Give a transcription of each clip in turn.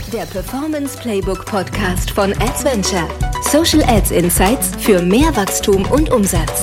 Der Performance Playbook Podcast von Adventure. Social Ads Insights für mehr Wachstum und Umsatz.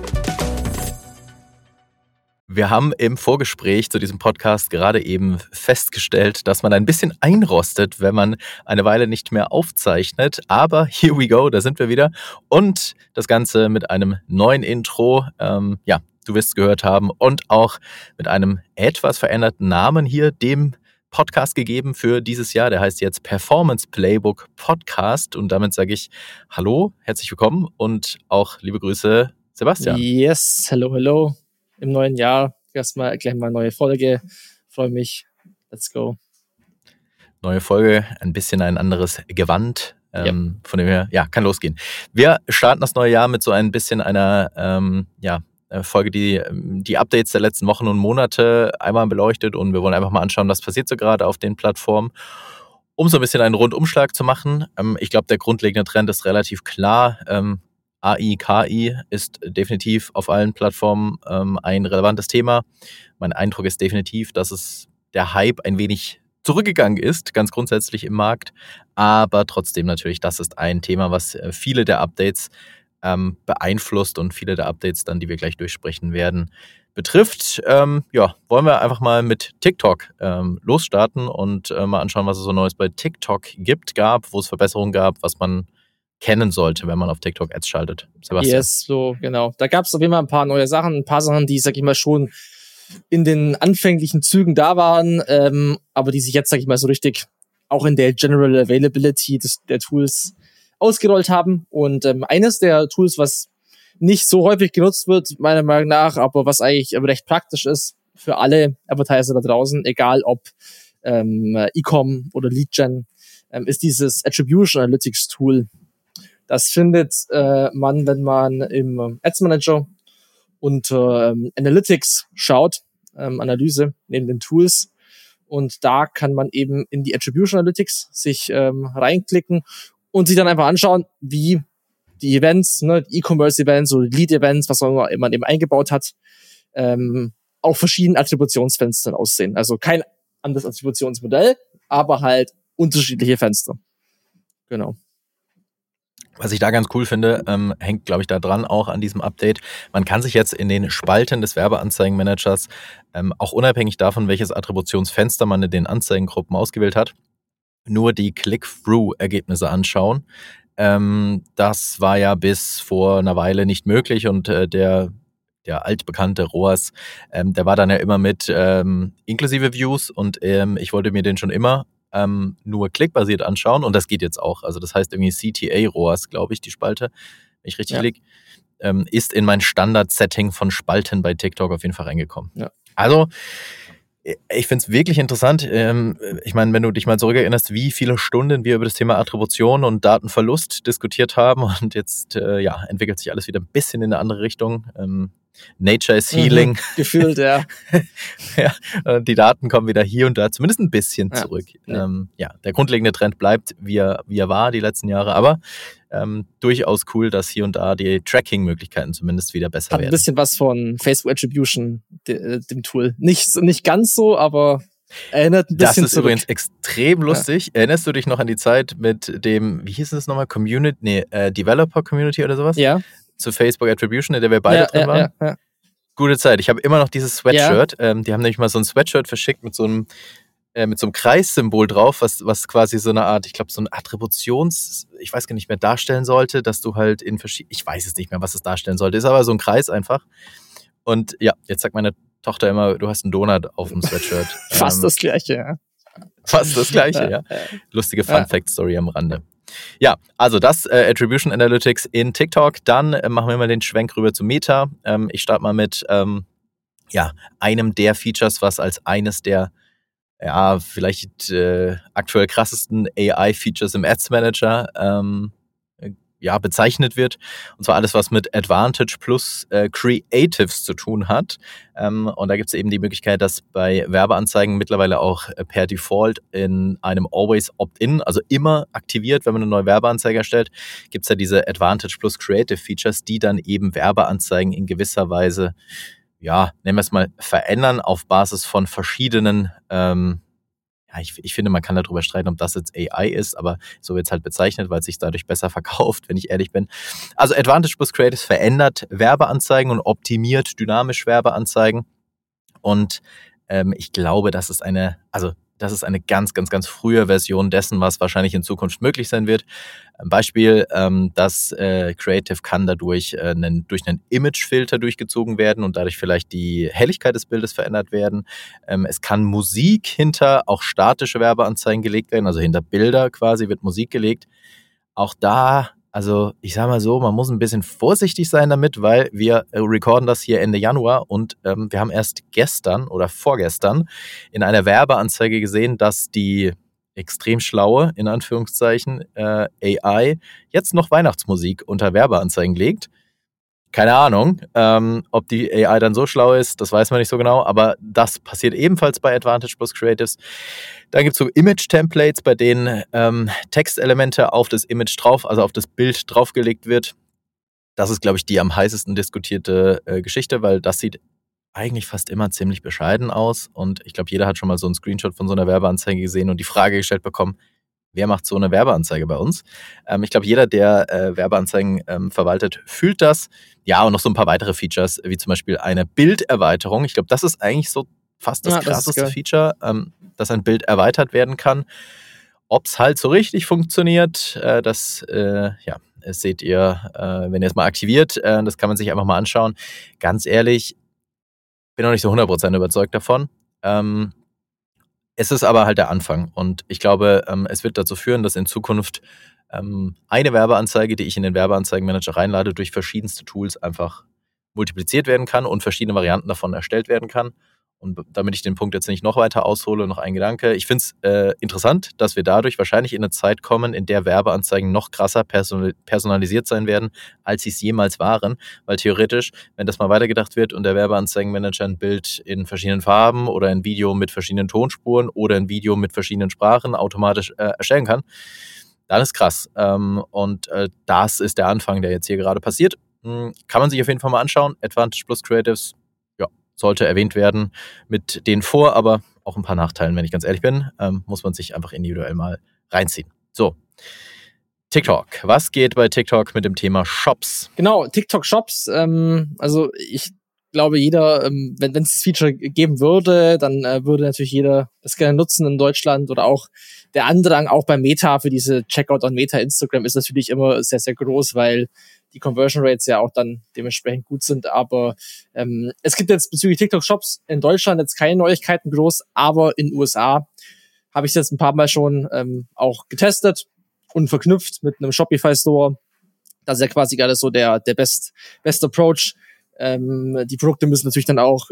Wir haben im Vorgespräch zu diesem Podcast gerade eben festgestellt, dass man ein bisschen einrostet, wenn man eine Weile nicht mehr aufzeichnet. Aber here we go, da sind wir wieder. Und das Ganze mit einem neuen Intro. Du wirst es gehört haben. Und auch mit einem etwas veränderten Namen hier, dem Podcast gegeben für dieses Jahr. Der heißt jetzt Performance Playbook Podcast. Und damit sage ich Hallo, herzlich willkommen und auch liebe Grüße, Sebastian. Yes, hello. Im neuen Jahr erstmal gleich mal eine neue Folge. Freue mich. Let's go. Neue Folge, ein bisschen ein anderes Gewand. Yep. Von dem her, kann losgehen. Wir starten das neue Jahr mit so ein bisschen einer Folge, die Updates der letzten Wochen und Monate einmal beleuchtet, und wir wollen einfach mal anschauen, was passiert so gerade auf den Plattformen, um so ein bisschen einen Rundumschlag zu machen. Ich glaube, der grundlegende Trend ist relativ klar. AI, KI ist definitiv auf allen Plattformen ein relevantes Thema. Mein Eindruck ist definitiv, dass es der Hype ein wenig zurückgegangen ist, ganz grundsätzlich im Markt. Aber trotzdem natürlich, das ist ein Thema, was viele der Updates beeinflusst und viele der Updates dann, die wir gleich durchsprechen werden, betrifft. Wollen wir einfach mal mit TikTok losstarten und mal anschauen, was es so Neues bei TikTok gab, wo es Verbesserungen gab, was man kennen sollte, wenn man auf TikTok Ads schaltet. Sebastian. Yes, so genau. Da gab es auf jeden Fall ein paar neue Sachen, ein paar Sachen, die, sag ich mal, schon in den anfänglichen Zügen da waren, aber die sich jetzt, sag ich mal, so richtig auch in der General Availability der Tools ausgerollt haben. Und eines der Tools, was nicht so häufig genutzt wird, meiner Meinung nach, aber was eigentlich recht praktisch ist für alle Advertiser da draußen, egal ob E-Com oder Lead-Gen, ist dieses Attribution Analytics Tool. Das findet man, wenn man im Ads Manager unter Analytics schaut, Analyse neben den Tools. Und da kann man eben in die Attribution Analytics sich reinklicken und sich dann einfach anschauen, wie die Events, die E-Commerce-Events oder Lead-Events, was auch immer man eben eingebaut hat, auf verschiedenen Attributionsfenstern aussehen. Also kein anderes Attributionsmodell, aber halt unterschiedliche Fenster. Genau. Was ich da ganz cool finde, hängt, glaube ich, da dran auch an diesem Update. Man kann sich jetzt in den Spalten des Werbeanzeigenmanagers auch unabhängig davon, welches Attributionsfenster man in den Anzeigengruppen ausgewählt hat, nur die Click-Through-Ergebnisse anschauen. Das war ja bis vor einer Weile nicht möglich, und der altbekannte ROAS, der war dann ja immer mit inklusive Views, und ich wollte mir den schon immer nur klickbasiert anschauen, und das geht jetzt auch. Also das heißt irgendwie CTA ROAS, glaube ich, die Spalte, wenn ich richtig liege, ist in mein Standard-Setting von Spalten bei TikTok auf jeden Fall reingekommen. Ja. Also ich finde es wirklich interessant. Ich meine, wenn du dich mal zurückerinnerst, wie viele Stunden wir über das Thema Attribution und Datenverlust diskutiert haben, und jetzt entwickelt sich alles wieder ein bisschen in eine andere Richtung. Nature is healing. Gefühlt, ja. Die Daten kommen wieder hier und da zumindest ein bisschen zurück. Der grundlegende Trend bleibt, wie er war die letzten Jahre, aber durchaus cool, dass hier und da die Tracking-Möglichkeiten zumindest wieder besser werden. Hat ein bisschen was von Facebook Attribution, dem Tool. Nicht ganz so, aber erinnert ein bisschen zurück. Das ist übrigens extrem lustig. Ja. Erinnerst du dich noch an die Zeit mit dem, wie hieß es nochmal, Developer Community oder sowas? Ja. Zu Facebook Attribution, in der wir beide drin waren? Ja. Gute Zeit. Ich habe immer noch dieses Sweatshirt. Ja. Die haben nämlich mal so ein Sweatshirt verschickt mit so einem Kreissymbol drauf, was quasi so eine Art, ich glaube, so ein ich weiß gar nicht mehr, darstellen sollte, dass du halt ich weiß es nicht mehr, was es darstellen sollte, ist aber so ein Kreis einfach. Und ja, jetzt sagt meine Tochter immer, du hast einen Donut auf dem Sweatshirt. Fast das Gleiche, ja. Fast das Gleiche, ja. Lustige Fun-Fact-Story am Rande. Ja, also das Attribution Analytics in TikTok. Dann machen wir mal den Schwenk rüber zu Meta. Ich starte mal mit einem der Features, was als eines der vielleicht aktuell krassesten AI-Features im Ads Manager bezeichnet wird. Und zwar alles, was mit Advantage plus Creatives zu tun hat. Und da gibt es eben die Möglichkeit, dass bei Werbeanzeigen mittlerweile auch per Default in einem Always Opt-in, also immer aktiviert, wenn man eine neue Werbeanzeige erstellt, gibt es ja diese Advantage plus Creative Features, die dann eben Werbeanzeigen in gewisser Weise, nennen wir es mal, verändern auf Basis von verschiedenen ich finde, man kann darüber streiten, ob das jetzt AI ist, aber so wird es halt bezeichnet, weil es sich dadurch besser verkauft, wenn ich ehrlich bin. Also Advantage Plus Creatives verändert Werbeanzeigen und optimiert dynamisch Werbeanzeigen. Und ich glaube, das ist eine ganz, ganz, ganz frühe Version dessen, was wahrscheinlich in Zukunft möglich sein wird. Ein Beispiel, das Creative kann dadurch durch einen Imagefilter durchgezogen werden und dadurch vielleicht die Helligkeit des Bildes verändert werden. Es kann Musik hinter auch statische Werbeanzeigen gelegt werden, also hinter Bilder quasi wird Musik gelegt. Auch da, also ich sage mal so, man muss ein bisschen vorsichtig sein damit, weil wir recorden das hier Ende Januar und wir haben erst gestern oder vorgestern in einer Werbeanzeige gesehen, dass die extrem schlaue, in Anführungszeichen, AI jetzt noch Weihnachtsmusik unter Werbeanzeigen legt. Keine Ahnung, ob die AI dann so schlau ist, das weiß man nicht so genau, aber das passiert ebenfalls bei Advantage Plus Creatives. Dann gibt es so Image-Templates, bei denen Textelemente auf das Image drauf, also auf das Bild draufgelegt wird. Das ist, glaube ich, die am heißesten diskutierte Geschichte, weil das sieht eigentlich fast immer ziemlich bescheiden aus. Und ich glaube, jeder hat schon mal so einen Screenshot von so einer Werbeanzeige gesehen und die Frage gestellt bekommen, wer macht so eine Werbeanzeige bei uns? Ich glaube, jeder, der Werbeanzeigen verwaltet, fühlt das. Ja, und noch so ein paar weitere Features, wie zum Beispiel eine Bilderweiterung. Ich glaube, das ist eigentlich so fast das krasseste Feature, dass ein Bild erweitert werden kann. Ob es halt so richtig funktioniert, das seht ihr, wenn ihr es mal aktiviert. Das kann man sich einfach mal anschauen. Ganz ehrlich, bin noch nicht so 100% überzeugt davon. Es ist aber halt der Anfang und ich glaube, es wird dazu führen, dass in Zukunft eine Werbeanzeige, die ich in den Werbeanzeigenmanager reinlade, durch verschiedenste Tools einfach multipliziert werden kann und verschiedene Varianten davon erstellt werden kann. Und damit ich den Punkt jetzt nicht noch weiter aushole, noch ein Gedanke. Ich finde es interessant, dass wir dadurch wahrscheinlich in eine Zeit kommen, in der Werbeanzeigen noch krasser personalisiert sein werden, als sie es jemals waren. Weil theoretisch, wenn das mal weitergedacht wird und der Werbeanzeigenmanager ein Bild in verschiedenen Farben oder ein Video mit verschiedenen Tonspuren oder ein Video mit verschiedenen Sprachen automatisch erstellen kann, dann ist krass. Und das ist der Anfang, der jetzt hier gerade passiert. Kann man sich auf jeden Fall mal anschauen. Advantage Plus Creatives, sollte erwähnt werden mit den Vor-, aber auch ein paar Nachteilen, wenn ich ganz ehrlich bin, muss man sich einfach individuell mal reinziehen. So, TikTok. Was geht bei TikTok mit dem Thema Shops? Genau, TikTok Shops. Also ich glaube, jeder, wenn es das Feature geben würde, dann würde natürlich jeder das gerne nutzen in Deutschland oder auch der Andrang auch bei Meta für diese Checkout on Meta Instagram ist natürlich immer sehr, sehr groß, weil die Conversion Rates ja auch dann dementsprechend gut sind. Aber es gibt jetzt bezüglich TikTok Shops in Deutschland jetzt keine Neuigkeiten groß, aber in den USA habe ich es jetzt ein paar Mal schon auch getestet und verknüpft mit einem Shopify Store. Das ist ja quasi gerade so der best Approach. Die Produkte müssen natürlich dann auch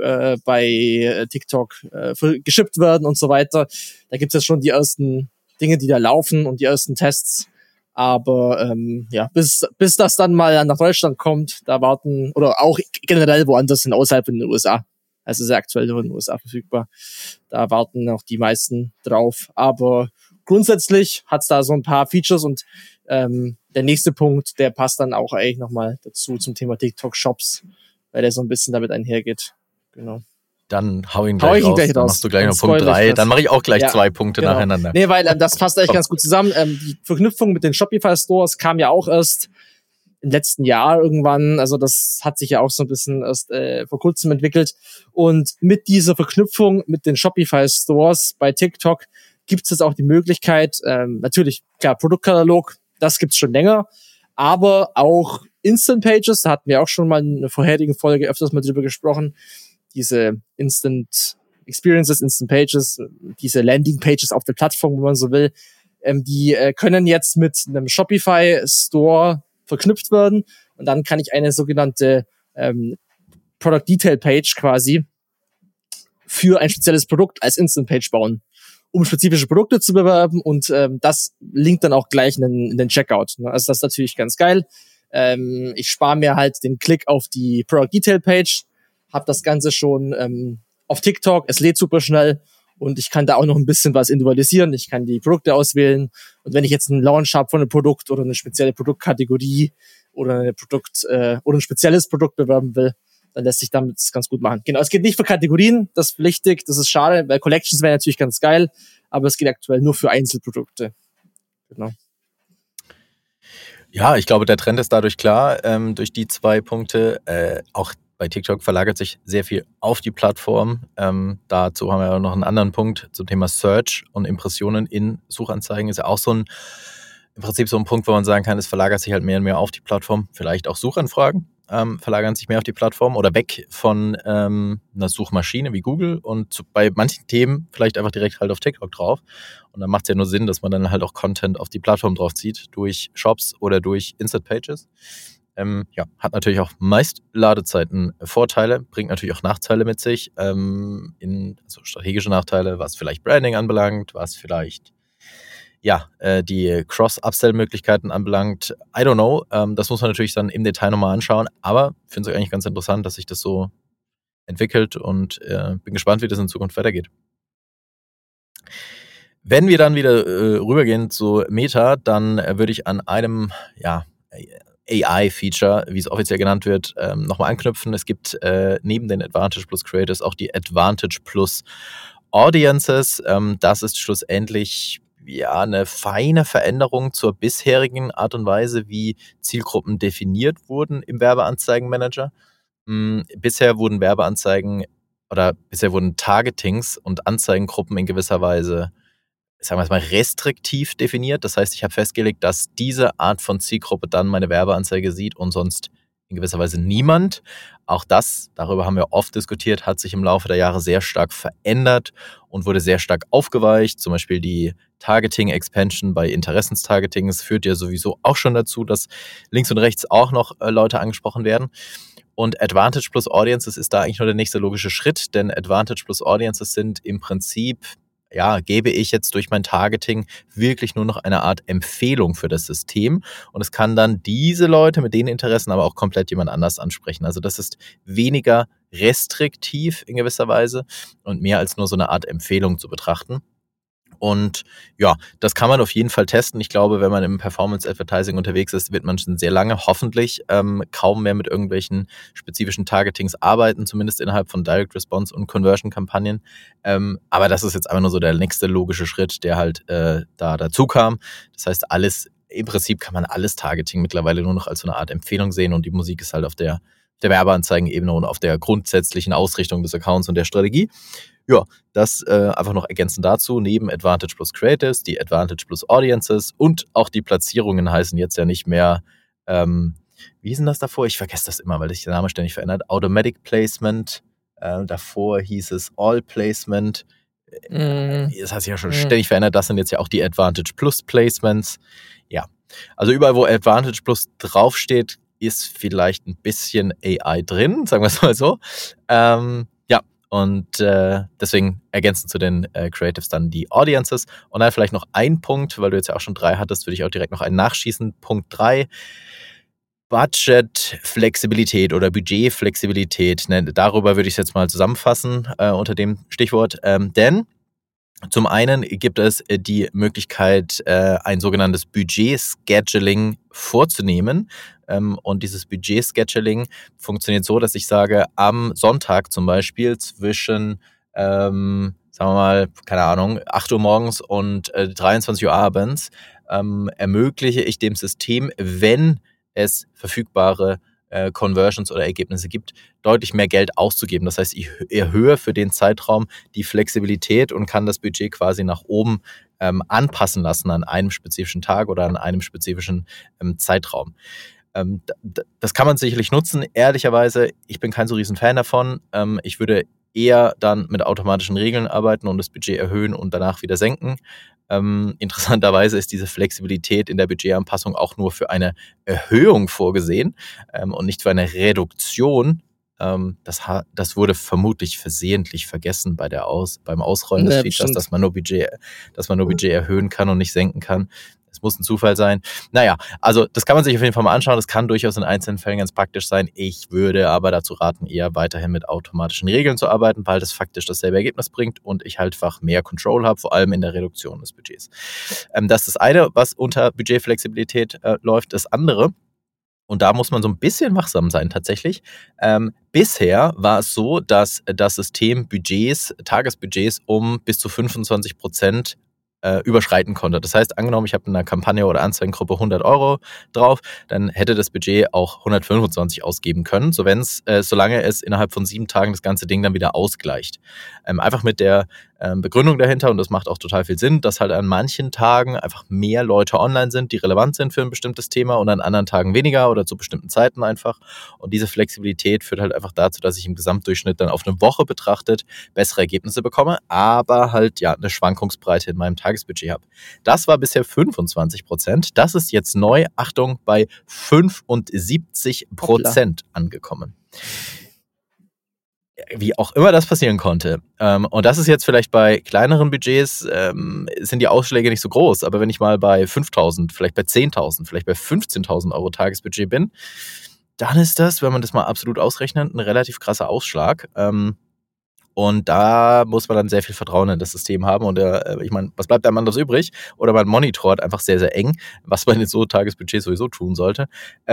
bei TikTok geschippt werden und so weiter. Da gibt es jetzt schon die ersten Dinge, die da laufen und die ersten Tests. Aber bis das dann mal nach Deutschland kommt, da warten, oder auch generell woanders hin außerhalb in den USA. Also ist ja aktuell nur in den USA verfügbar. Da warten noch die meisten drauf. Aber grundsätzlich hat's da so ein paar Features und der nächste Punkt, der passt dann auch eigentlich nochmal dazu zum Thema TikTok Shops, weil der so ein bisschen damit einhergeht. Genau. Dann hau ihn gleich raus. Dann machst du gleich noch Punkt 3. Dann mache ich auch gleich 2 Punkte nacheinander. Nee, weil das passt eigentlich ganz gut zusammen. Die Verknüpfung mit den Shopify Stores kam ja auch erst im letzten Jahr irgendwann. Also das hat sich ja auch so ein bisschen erst vor kurzem entwickelt. Und mit dieser Verknüpfung mit den Shopify Stores bei TikTok gibt es jetzt auch die Möglichkeit, natürlich, klar, Produktkatalog, das gibt's schon länger, aber auch Instant Pages, da hatten wir auch schon mal in einer vorherigen Folge öfters mal drüber gesprochen, diese Instant Experiences, Instant Pages, diese Landing Pages auf der Plattform, wenn man so will, die können jetzt mit einem Shopify Store verknüpft werden und dann kann ich eine sogenannte Product Detail Page quasi für ein spezielles Produkt als Instant Page bauen, um spezifische Produkte zu bewerben und das linkt dann auch gleich in den Checkout. Also das ist natürlich ganz geil. Ich spare mir halt den Klick auf die Product Detail Page, habe das Ganze schon auf TikTok, es lädt super schnell und ich kann da auch noch ein bisschen was individualisieren. Ich kann die Produkte auswählen und wenn ich jetzt einen Launch habe von einem Produkt oder eine spezielle Produktkategorie oder oder ein spezielles Produkt bewerben will, dann lässt sich damit ganz gut machen. Genau, es geht nicht für Kategorien, das ist wichtig, das ist schade, weil Collections wäre natürlich ganz geil, aber es geht aktuell nur für Einzelprodukte. Genau. Ja, ich glaube, der Trend ist dadurch klar, durch die 2 Punkte. Auch bei TikTok verlagert sich sehr viel auf die Plattform. Dazu haben wir noch einen anderen Punkt zum Thema Search und Impressionen in Suchanzeigen. Ist ja auch im Prinzip so ein Punkt, wo man sagen kann, es verlagert sich halt mehr und mehr auf die Plattform. Vielleicht auch Suchanfragen verlagern sich mehr auf die Plattform oder weg von einer Suchmaschine wie Google und bei manchen Themen vielleicht einfach direkt halt auf TikTok drauf. Und dann macht es ja nur Sinn, dass man dann halt auch Content auf die Plattform drauf zieht, durch Shops oder durch Insert Pages. Hat natürlich auch meist Ladezeiten Vorteile, bringt natürlich auch Nachteile mit sich, also strategische Nachteile, was vielleicht Branding anbelangt, was vielleicht die Cross-Upsell-Möglichkeiten anbelangt. I don't know, das muss man natürlich dann im Detail nochmal anschauen, aber ich finde es eigentlich ganz interessant, dass sich das so entwickelt und bin gespannt, wie das in Zukunft weitergeht. Wenn wir dann wieder rübergehen zu Meta, dann würde ich an einem AI-Feature, wie es offiziell genannt wird, nochmal anknüpfen. Es gibt neben den Advantage Plus Creators auch die Advantage Plus Audiences. Das ist schlussendlich eine feine Veränderung zur bisherigen Art und Weise, wie Zielgruppen definiert wurden im Werbeanzeigenmanager. Bisher wurden Targetings und Anzeigengruppen in gewisser Weise, sagen wir es mal, restriktiv definiert. Das heißt, ich habe festgelegt, dass diese Art von Zielgruppe dann meine Werbeanzeige sieht und sonst in gewisser Weise niemand. Auch das, darüber haben wir oft diskutiert, hat sich im Laufe der Jahre sehr stark verändert und wurde sehr stark aufgeweicht. Zum Beispiel die Targeting-Expansion bei Interessenstargetings führt ja sowieso auch schon dazu, dass links und rechts auch noch Leute angesprochen werden. Und Advantage Plus Audiences ist da eigentlich nur der nächste logische Schritt, denn Advantage Plus Audiences sind im Prinzip, gebe ich jetzt durch mein Targeting wirklich nur noch eine Art Empfehlung für das System und es kann dann diese Leute mit den Interessen aber auch komplett jemand anders ansprechen. Also das ist weniger restriktiv in gewisser Weise und mehr als nur so eine Art Empfehlung zu betrachten. Und das kann man auf jeden Fall testen. Ich glaube, wenn man im Performance-Advertising unterwegs ist, wird man schon sehr lange hoffentlich kaum mehr mit irgendwelchen spezifischen Targetings arbeiten, zumindest innerhalb von Direct Response und Conversion-Kampagnen. Aber das ist jetzt einfach nur so der nächste logische Schritt, der halt da dazu kam. Das heißt, im Prinzip kann man alles Targeting mittlerweile nur noch als so eine Art Empfehlung sehen und die Musik ist halt auf der Werbeanzeigenebene und auf der grundsätzlichen Ausrichtung des Accounts und der Strategie. Ja, das einfach noch ergänzend dazu. Neben Advantage Plus Creatives, die Advantage Plus Audiences und auch die Platzierungen heißen jetzt ja nicht mehr, wie hieß denn das davor? Ich vergesse das immer, weil sich der Name ständig verändert. Automatic Placement, davor hieß es All Placement. Das hat sich ja schon ständig verändert. Das sind jetzt ja auch die Advantage Plus Placements. Ja, also überall, wo Advantage Plus draufsteht, ist vielleicht ein bisschen AI drin, sagen wir es mal so. Und deswegen ergänzend zu den Creatives dann die Audiences. Und dann vielleicht noch ein Punkt, weil du jetzt ja auch schon 3 hattest, würde ich auch direkt noch einen nachschießen. Punkt 3, Budget-Flexibilität oder Budget-Flexibilität. Darüber würde ich es jetzt mal zusammenfassen unter dem Stichwort. Denn zum einen gibt es die Möglichkeit, ein sogenanntes Budget-Scheduling vorzunehmen. Und dieses Budget-Scheduling funktioniert so, dass ich sage, am Sonntag zum Beispiel zwischen, sagen wir mal, keine Ahnung, 8 Uhr morgens und 23 Uhr abends ermögliche ich dem System, wenn es verfügbare Conversions oder Ergebnisse gibt, deutlich mehr Geld auszugeben. Das heißt, ich erhöhe für den Zeitraum die Flexibilität und kann das Budget quasi nach oben anpassen lassen an einem spezifischen Tag oder an einem spezifischen Zeitraum. Das kann man sicherlich nutzen. Ehrlicherweise, ich bin kein so riesen Fan davon. Ich würde eher dann mit automatischen Regeln arbeiten und das Budget erhöhen und danach wieder senken. Interessanterweise ist diese Flexibilität in der Budgetanpassung auch nur für eine Erhöhung vorgesehen und nicht für eine Reduktion. Das wurde vermutlich versehentlich vergessen beim Ausrollen des Features, dass man nur Budget erhöhen kann und nicht senken kann. Es muss ein Zufall sein. Naja, also das kann man sich auf jeden Fall mal anschauen. Das kann durchaus in einzelnen Fällen ganz praktisch sein. Ich würde aber dazu raten, eher weiterhin mit automatischen Regeln zu arbeiten, weil das faktisch dasselbe Ergebnis bringt und ich halt einfach mehr Control habe, vor allem in der Reduktion des Budgets. Das ist das eine, was unter Budgetflexibilität läuft. Das andere, Und da muss man so ein bisschen wachsam sein tatsächlich. Bisher war es so, dass das System Tagesbudgets um bis zu 25% überschreiten konnte. Das heißt, angenommen, ich habe in einer Kampagne oder Anzeigengruppe 100 € drauf, dann hätte das Budget auch 125 ausgeben können, solange es innerhalb von 7 Tagen das ganze Ding dann wieder ausgleicht. Einfach mit der Begründung dahinter, und das macht auch total viel Sinn, dass halt an manchen Tagen einfach mehr Leute online sind, die relevant sind für ein bestimmtes Thema, und an anderen Tagen weniger oder zu bestimmten Zeiten einfach. Und diese Flexibilität führt halt einfach dazu, dass ich im Gesamtdurchschnitt dann auf eine Woche betrachtet bessere Ergebnisse bekomme, aber halt eine Schwankungsbreite in meinem Tagesbudget habe. Das war bisher 25%. Das ist jetzt neu, Achtung, bei 75% angekommen. Wie auch immer das passieren konnte. Und das ist jetzt vielleicht bei kleineren Budgets, sind die Ausschläge nicht so groß, aber wenn ich mal bei 5.000, vielleicht bei 10.000, vielleicht bei 15.000 € Tagesbudget bin, dann ist das, wenn man das mal absolut ausrechnet, ein relativ krasser Ausschlag. Und da muss man dann sehr viel Vertrauen in das System haben. Und ich meine, was bleibt einem anderes übrig? Oder man monitort einfach sehr, sehr eng, was man in so Tagesbudget sowieso tun sollte.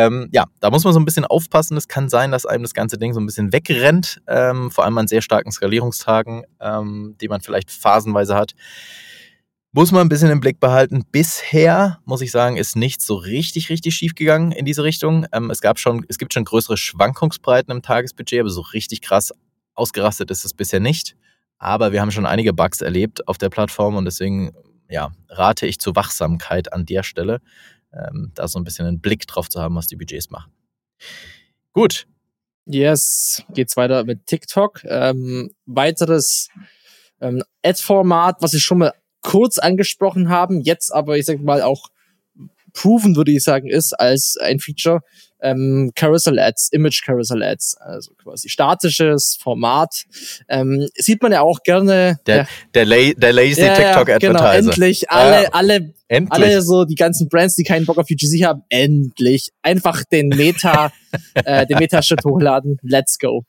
Da muss man so ein bisschen aufpassen. Es kann sein, dass einem das ganze Ding so ein bisschen wegrennt, vor allem an sehr starken Skalierungstagen, die man vielleicht phasenweise hat. Muss man ein bisschen im Blick behalten. Bisher, muss ich sagen, ist nichts so richtig schief gegangen in diese Richtung. Es gibt schon größere Schwankungsbreiten im Tagesbudget, aber so richtig krass ausgerastet ist es bisher nicht, aber wir haben schon einige Bugs erlebt auf der Plattform, und deswegen rate ich zur Wachsamkeit an der Stelle, da so ein bisschen einen Blick drauf zu haben, was die Budgets machen. Gut. Yes, geht's weiter mit TikTok. Weiteres Ad-Format, was wir schon mal kurz angesprochen haben, jetzt aber, ich sag mal, auch proven, würde ich sagen, ist als ein Feature, Carousel Ads, Image Carousel Ads, also quasi statisches Format. Sieht man ja auch gerne. Der lazy TikTok-Advertiser. Genau, endlich. Alle so die ganzen Brands, die keinen Bock auf UGC haben, endlich. Einfach den Meta-Schritt hochladen. Let's go.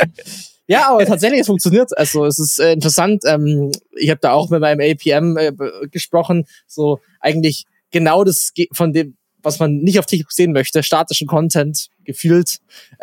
Ja, aber tatsächlich, es funktioniert. Also es ist interessant. Ich habe da auch mit meinem APM gesprochen. So eigentlich genau das von dem, was man nicht auf TikTok sehen möchte, statischen Content gefühlt,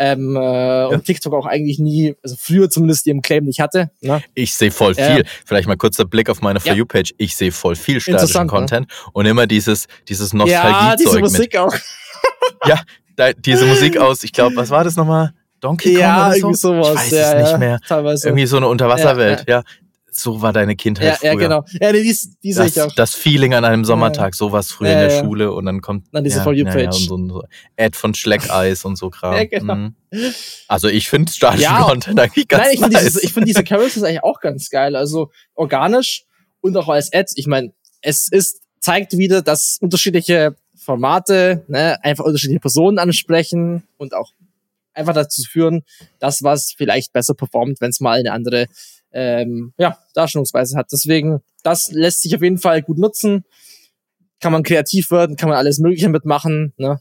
und TikTok auch eigentlich nie, also früher zumindest ihren Claim nicht hatte. Ne? Ich sehe voll viel. Vielleicht mal kurz der Blick auf meine For You Page. Ich sehe voll viel statischen Content, und immer dieses Nostalgie-Zeug. Ja, diese Musik auch. Ja, diese Musik aus, ich glaube, was war das nochmal? Donkey Kong oder so? Irgendwie sowas. Ich weiß es nicht mehr. Teilweise. Irgendwie so eine Unterwasserwelt, ja. So war deine Kindheit früher. Ja, genau. Ja, die sehe ich auch. Das Feeling an einem Sommertag, sowas früher in der Schule, und dann kommt dann diese For You Page. und so Ad von Schleckeis und so Kram. Ja, genau. Also ich finde statischen Content eigentlich ganz nice. Ich finde diese Carousels eigentlich auch ganz geil. Also organisch und auch als Ads. Ich meine, zeigt wieder, dass unterschiedliche Formate, einfach unterschiedliche Personen ansprechen und auch einfach dazu führen, dass was vielleicht besser performt, wenn es mal eine andere Darstellungsweise hat. Deswegen, das lässt sich auf jeden Fall gut nutzen. Kann man kreativ werden, kann man alles Mögliche mitmachen. Ne?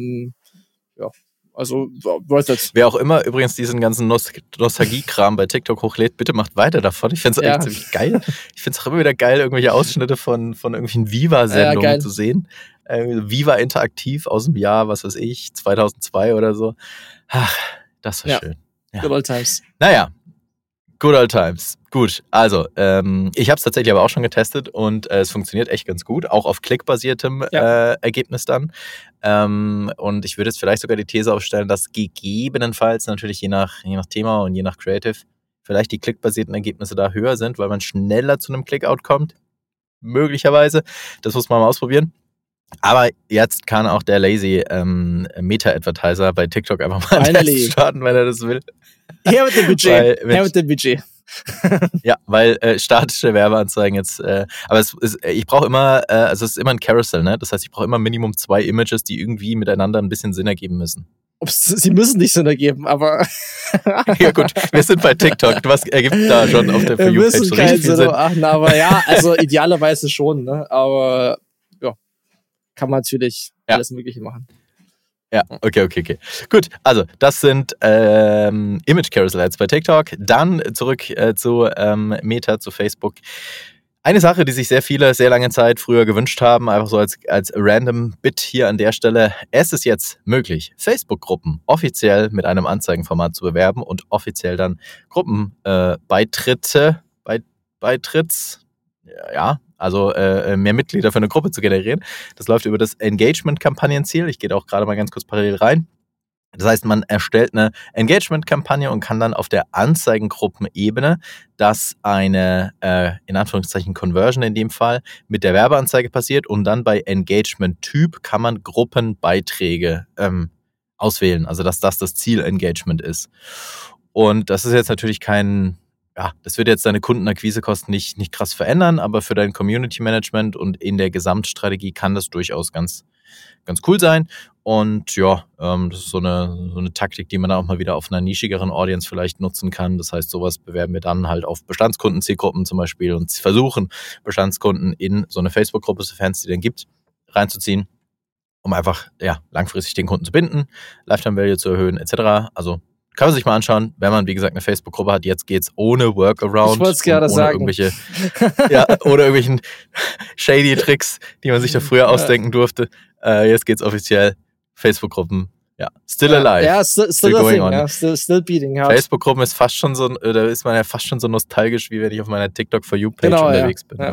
Also worth it. Wer auch immer übrigens diesen ganzen Nostalgie-Kram bei TikTok hochlädt, bitte macht weiter davon. Ich finde es eigentlich ziemlich geil. Ich finde es auch immer wieder geil, irgendwelche Ausschnitte von irgendwelchen Viva-Sendungen zu sehen. Viva interaktiv aus dem Jahr, was weiß ich, 2002 oder so. Ach, das war schön. Ja. Good old times. Naja, good old times. Gut, also ich habe es tatsächlich aber auch schon getestet, und es funktioniert echt ganz gut, auch auf klickbasiertem Ergebnis dann. Und ich würde jetzt vielleicht sogar die These aufstellen, dass gegebenenfalls natürlich je nach Thema und je nach Creative vielleicht die klickbasierten Ergebnisse da höher sind, weil man schneller zu einem Clickout kommt. Möglicherweise. Das muss man mal ausprobieren. Aber jetzt kann auch der lazy Meta-Advertiser bei TikTok einfach mal einen Test starten, wenn er das will. Her mit dem Budget. Ja, weil statische Werbeanzeigen jetzt, aber ich brauche immer, es ist immer ein Carousel, ne? Das heißt, ich brauche immer Minimum 2 Images, die irgendwie miteinander ein bisschen Sinn ergeben müssen. Sie müssen nicht Sinn ergeben, aber ja gut, wir sind bei TikTok. Was ergibt da schon auf der For You Page so richtig viel Sinn? Aber ja, also idealerweise schon, ne? Aber kann man natürlich alles Mögliche machen. Ja, okay. Gut, also das sind Image Carousel Ads bei TikTok. Dann zurück zu Meta, zu Facebook. Eine Sache, die sich sehr viele sehr lange Zeit früher gewünscht haben, einfach so als random Bit hier an der Stelle. Es ist jetzt möglich, Facebook-Gruppen offiziell mit einem Anzeigenformat zu bewerben und offiziell dann Gruppenbeitritts, also mehr Mitglieder für eine Gruppe zu generieren. Das läuft über das Engagement-Kampagnenziel. Ich gehe auch gerade mal ganz kurz parallel rein. Das heißt, man erstellt eine Engagement-Kampagne und kann dann auf der Anzeigengruppenebene, dass eine, in Anführungszeichen Conversion in dem Fall, mit der Werbeanzeige passiert und dann bei Engagement-Typ kann man Gruppenbeiträge auswählen, also dass das Ziel Engagement ist. Und das ist jetzt natürlich das wird jetzt deine Kundenakquisekosten nicht krass verändern, aber für dein Community-Management und in der Gesamtstrategie kann das durchaus ganz cool sein. Und ja, das ist so eine Taktik, die man auch mal wieder auf einer nischigeren Audience vielleicht nutzen kann. Das heißt, sowas bewerben wir dann halt auf Bestandskunden-Zielgruppen zum Beispiel und versuchen, Bestandskunden in so eine Facebook-Gruppe, sofern es die denn gibt, reinzuziehen, um einfach langfristig den Kunden zu binden, Lifetime-Value zu erhöhen etc. Also kann man sich mal anschauen, wenn man, wie gesagt, eine Facebook-Gruppe hat. Jetzt geht's ohne Workaround. Ich wollte es gerade sagen. Ohne irgendwelchen shady Tricks, die man sich da früher ausdenken durfte. Jetzt geht's offiziell. Facebook-Gruppen, still alive. Ja, still going on. Still beating. Facebook-Gruppen ist fast schon so, da ist man ja fast schon so nostalgisch, wie wenn ich auf meiner TikTok For You-Page unterwegs bin.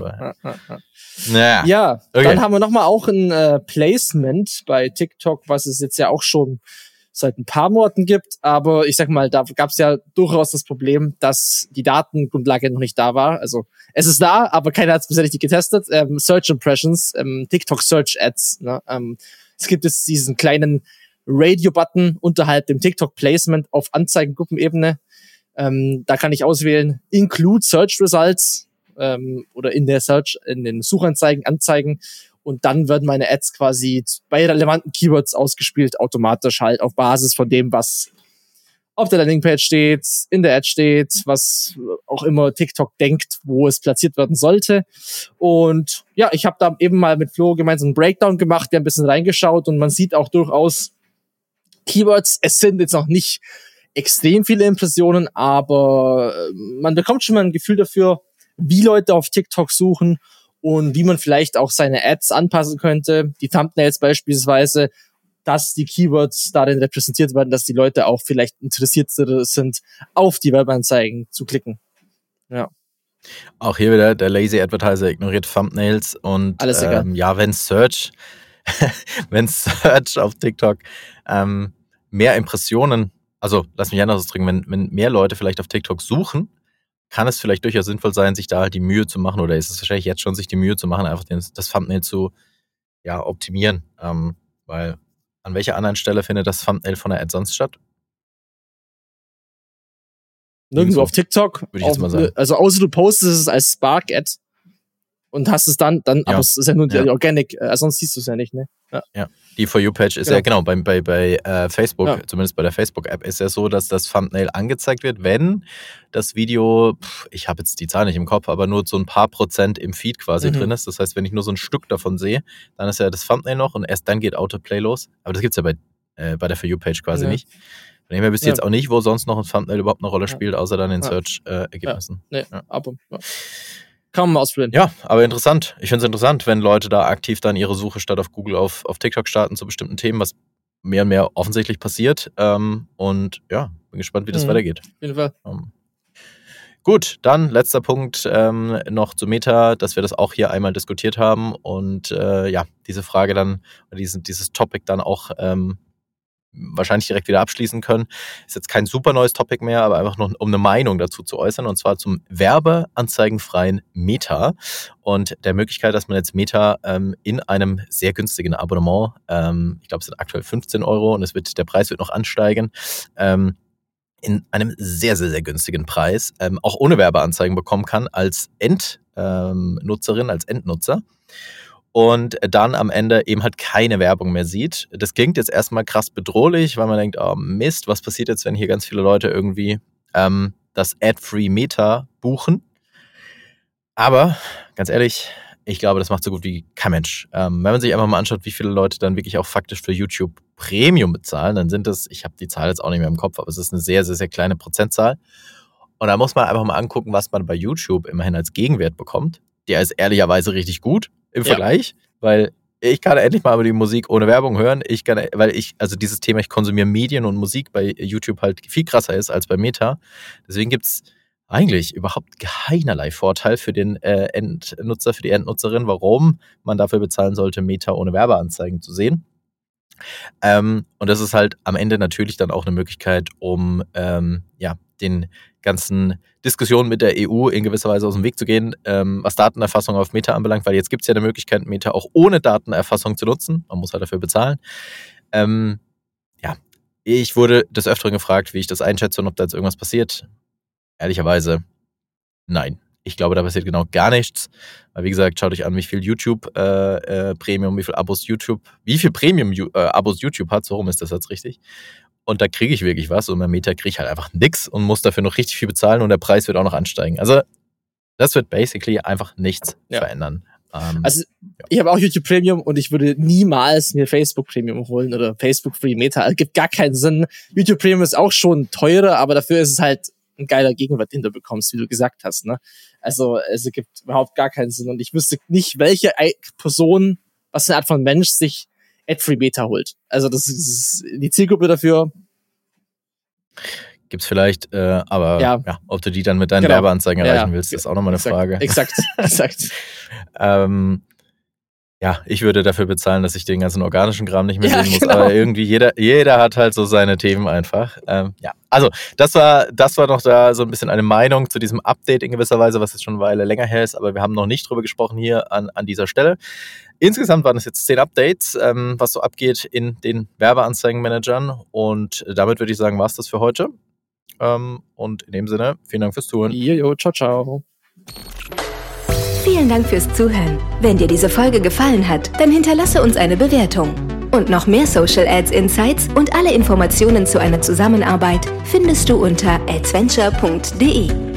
Ja, okay. Dann haben wir nochmal auch ein Placement bei TikTok, was es jetzt ja auch schon seit ein paar Monaten gibt, aber ich sag mal, da gab es ja durchaus das Problem, dass die Datengrundlage noch nicht da war. Also es ist da, aber keiner hat es bisher richtig getestet. Search Impressions, TikTok Search Ads. Ne? Es gibt jetzt diesen kleinen Radio-Button unterhalb dem TikTok-Placement auf Anzeigengruppenebene. Da kann ich auswählen, Include Search Results oder in den Suchanzeigen anzeigen. Und dann werden meine Ads quasi bei relevanten Keywords ausgespielt, automatisch halt auf Basis von dem, was auf der Landingpage steht, in der Ad steht, was auch immer TikTok denkt, wo es platziert werden sollte. Und ja, ich habe da eben mal mit Flo gemeinsam einen Breakdown gemacht, der ein bisschen reingeschaut und man sieht auch durchaus Keywords. Es sind jetzt noch nicht extrem viele Impressionen, aber man bekommt schon mal ein Gefühl dafür, wie Leute auf TikTok suchen und wie man vielleicht auch seine Ads anpassen könnte, die Thumbnails beispielsweise, dass die Keywords darin repräsentiert werden, dass die Leute auch vielleicht interessiert sind, auf die Werbeanzeigen zu klicken. Ja. Auch hier wieder, der Lazy Advertiser ignoriert Thumbnails und alles egal. Wenn Search auf TikTok mehr Impressionen, also lass mich anders ausdrücken, wenn mehr Leute vielleicht auf TikTok suchen, kann es vielleicht durchaus sinnvoll sein, sich da halt die Mühe zu machen, oder ist es wahrscheinlich jetzt schon, sich die Mühe zu machen, einfach das Thumbnail zu optimieren. Weil an welcher anderen Stelle findet das Thumbnail von der Ad sonst statt? Nirgendwo auf TikTok. Würde ich jetzt mal sagen. Also außer du postest es als Spark-Ad und hast es dann aber es ist ja nur die Organic, sonst siehst du es ja nicht, ne? Ja. Die For You-Page ist bei Facebook, zumindest bei der Facebook-App, ist ja so, dass das Thumbnail angezeigt wird, wenn das Video, ich habe jetzt die Zahl nicht im Kopf, aber nur so ein paar Procent im Feed quasi drin ist. Das heißt, wenn ich nur so ein Stück davon sehe, dann ist ja das Thumbnail noch und erst dann geht Autoplay los. Aber das gibt's ja bei der For You-Page quasi nicht. Von dem her wisst ihr jetzt auch nicht, wo sonst noch ein Thumbnail überhaupt eine Rolle spielt, außer dann in Search-Ergebnissen. Kann man mal ausprobieren. Ja, aber interessant. Ich finde es interessant, wenn Leute da aktiv dann ihre Suche statt auf Google auf TikTok starten zu bestimmten Themen, was mehr und mehr offensichtlich passiert. Und ja, bin gespannt, wie das weitergeht. Auf jeden Fall. Gut, dann letzter Punkt noch zu Meta, dass wir das auch hier einmal diskutiert haben und diese Frage dann, dieses Topic dann auch wahrscheinlich direkt wieder abschließen können. Ist jetzt kein super neues Topic mehr, aber einfach nur, um eine Meinung dazu zu äußern, und zwar zum werbeanzeigenfreien Meta und der Möglichkeit, dass man jetzt Meta in einem sehr günstigen Abonnement, ich glaube, es sind aktuell 15 € und der Preis wird noch ansteigen, in einem sehr, sehr, sehr günstigen Preis, auch ohne Werbeanzeigen bekommen kann als Endnutzerin, als Endnutzer. Und dann am Ende eben halt keine Werbung mehr sieht. Das klingt jetzt erstmal krass bedrohlich, weil man denkt, oh Mist, was passiert jetzt, wenn hier ganz viele Leute irgendwie das Ad-Free Meta buchen? Aber ganz ehrlich, ich glaube, das macht so gut wie kein Mensch. Wenn man sich einfach mal anschaut, wie viele Leute dann wirklich auch faktisch für YouTube Premium bezahlen, dann sind das, ich habe die Zahl jetzt auch nicht mehr im Kopf, aber es ist eine sehr, sehr, sehr kleine Prozentzahl. Und da muss man einfach mal angucken, was man bei YouTube immerhin als Gegenwert bekommt. der ist ehrlicherweise richtig gut im Vergleich, weil ich kann endlich mal über die Musik ohne Werbung hören. Also dieses Thema, ich konsumiere Medien und Musik bei YouTube halt viel krasser ist als bei Meta. Deswegen gibt's eigentlich überhaupt keinerlei Vorteil für den Endnutzer, für die Endnutzerin, warum man dafür bezahlen sollte, Meta ohne Werbeanzeigen zu sehen. Und das ist halt am Ende natürlich dann auch eine Möglichkeit, um den ganzen Diskussionen mit der EU in gewisser Weise aus dem Weg zu gehen, was Datenerfassung auf Meta anbelangt, weil jetzt gibt es ja eine Möglichkeit, Meta auch ohne Datenerfassung zu nutzen. Man muss halt dafür bezahlen. Ich wurde des Öfteren gefragt, wie ich das einschätze und ob da jetzt irgendwas passiert. Ehrlicherweise, nein. Ich glaube, da passiert genau gar nichts. Weil, wie gesagt, schaut euch an, wie viel YouTube Premium, wie viel Premium-Abos YouTube hat. So rum ist das jetzt richtig. Und da kriege ich wirklich was. Und bei Meta kriege ich halt einfach nix und muss dafür noch richtig viel bezahlen und der Preis wird auch noch ansteigen. Also, das wird basically einfach nichts verändern. Ich habe auch YouTube Premium und ich würde niemals mir Facebook Premium holen oder Facebook Free Meta. Es gibt gar keinen Sinn. YouTube Premium ist auch schon teurer, aber dafür ist es halt ein geiler Gegenwert, den du bekommst, wie du gesagt hast, ne? Also, es gibt überhaupt gar keinen Sinn und ich wüsste nicht, welche Person, was für eine Art von Mensch sich Ad-Free Meta holt. Also, das ist die Zielgruppe dafür. Gibt's vielleicht, aber ob du die dann mit deinen Werbeanzeigen erreichen willst, ist auch nochmal eine Frage. Exakt. Ich würde dafür bezahlen, dass ich den ganzen organischen Kram nicht mehr sehen muss, aber irgendwie jeder hat halt so seine Themen einfach. Also das war noch da so ein bisschen eine Meinung zu diesem Update in gewisser Weise, was jetzt schon eine Weile länger her ist, aber wir haben noch nicht drüber gesprochen hier an dieser Stelle. Insgesamt waren es jetzt 10 Updates, was so abgeht in den Werbeanzeigenmanagern und damit würde ich sagen, war's das für heute. Und in dem Sinne, vielen Dank fürs Zuhören. Jojo, ciao. Vielen Dank fürs Zuhören. Wenn dir diese Folge gefallen hat, dann hinterlasse uns eine Bewertung. Und noch mehr Social Ads Insights und alle Informationen zu einer Zusammenarbeit findest du unter adventure.de.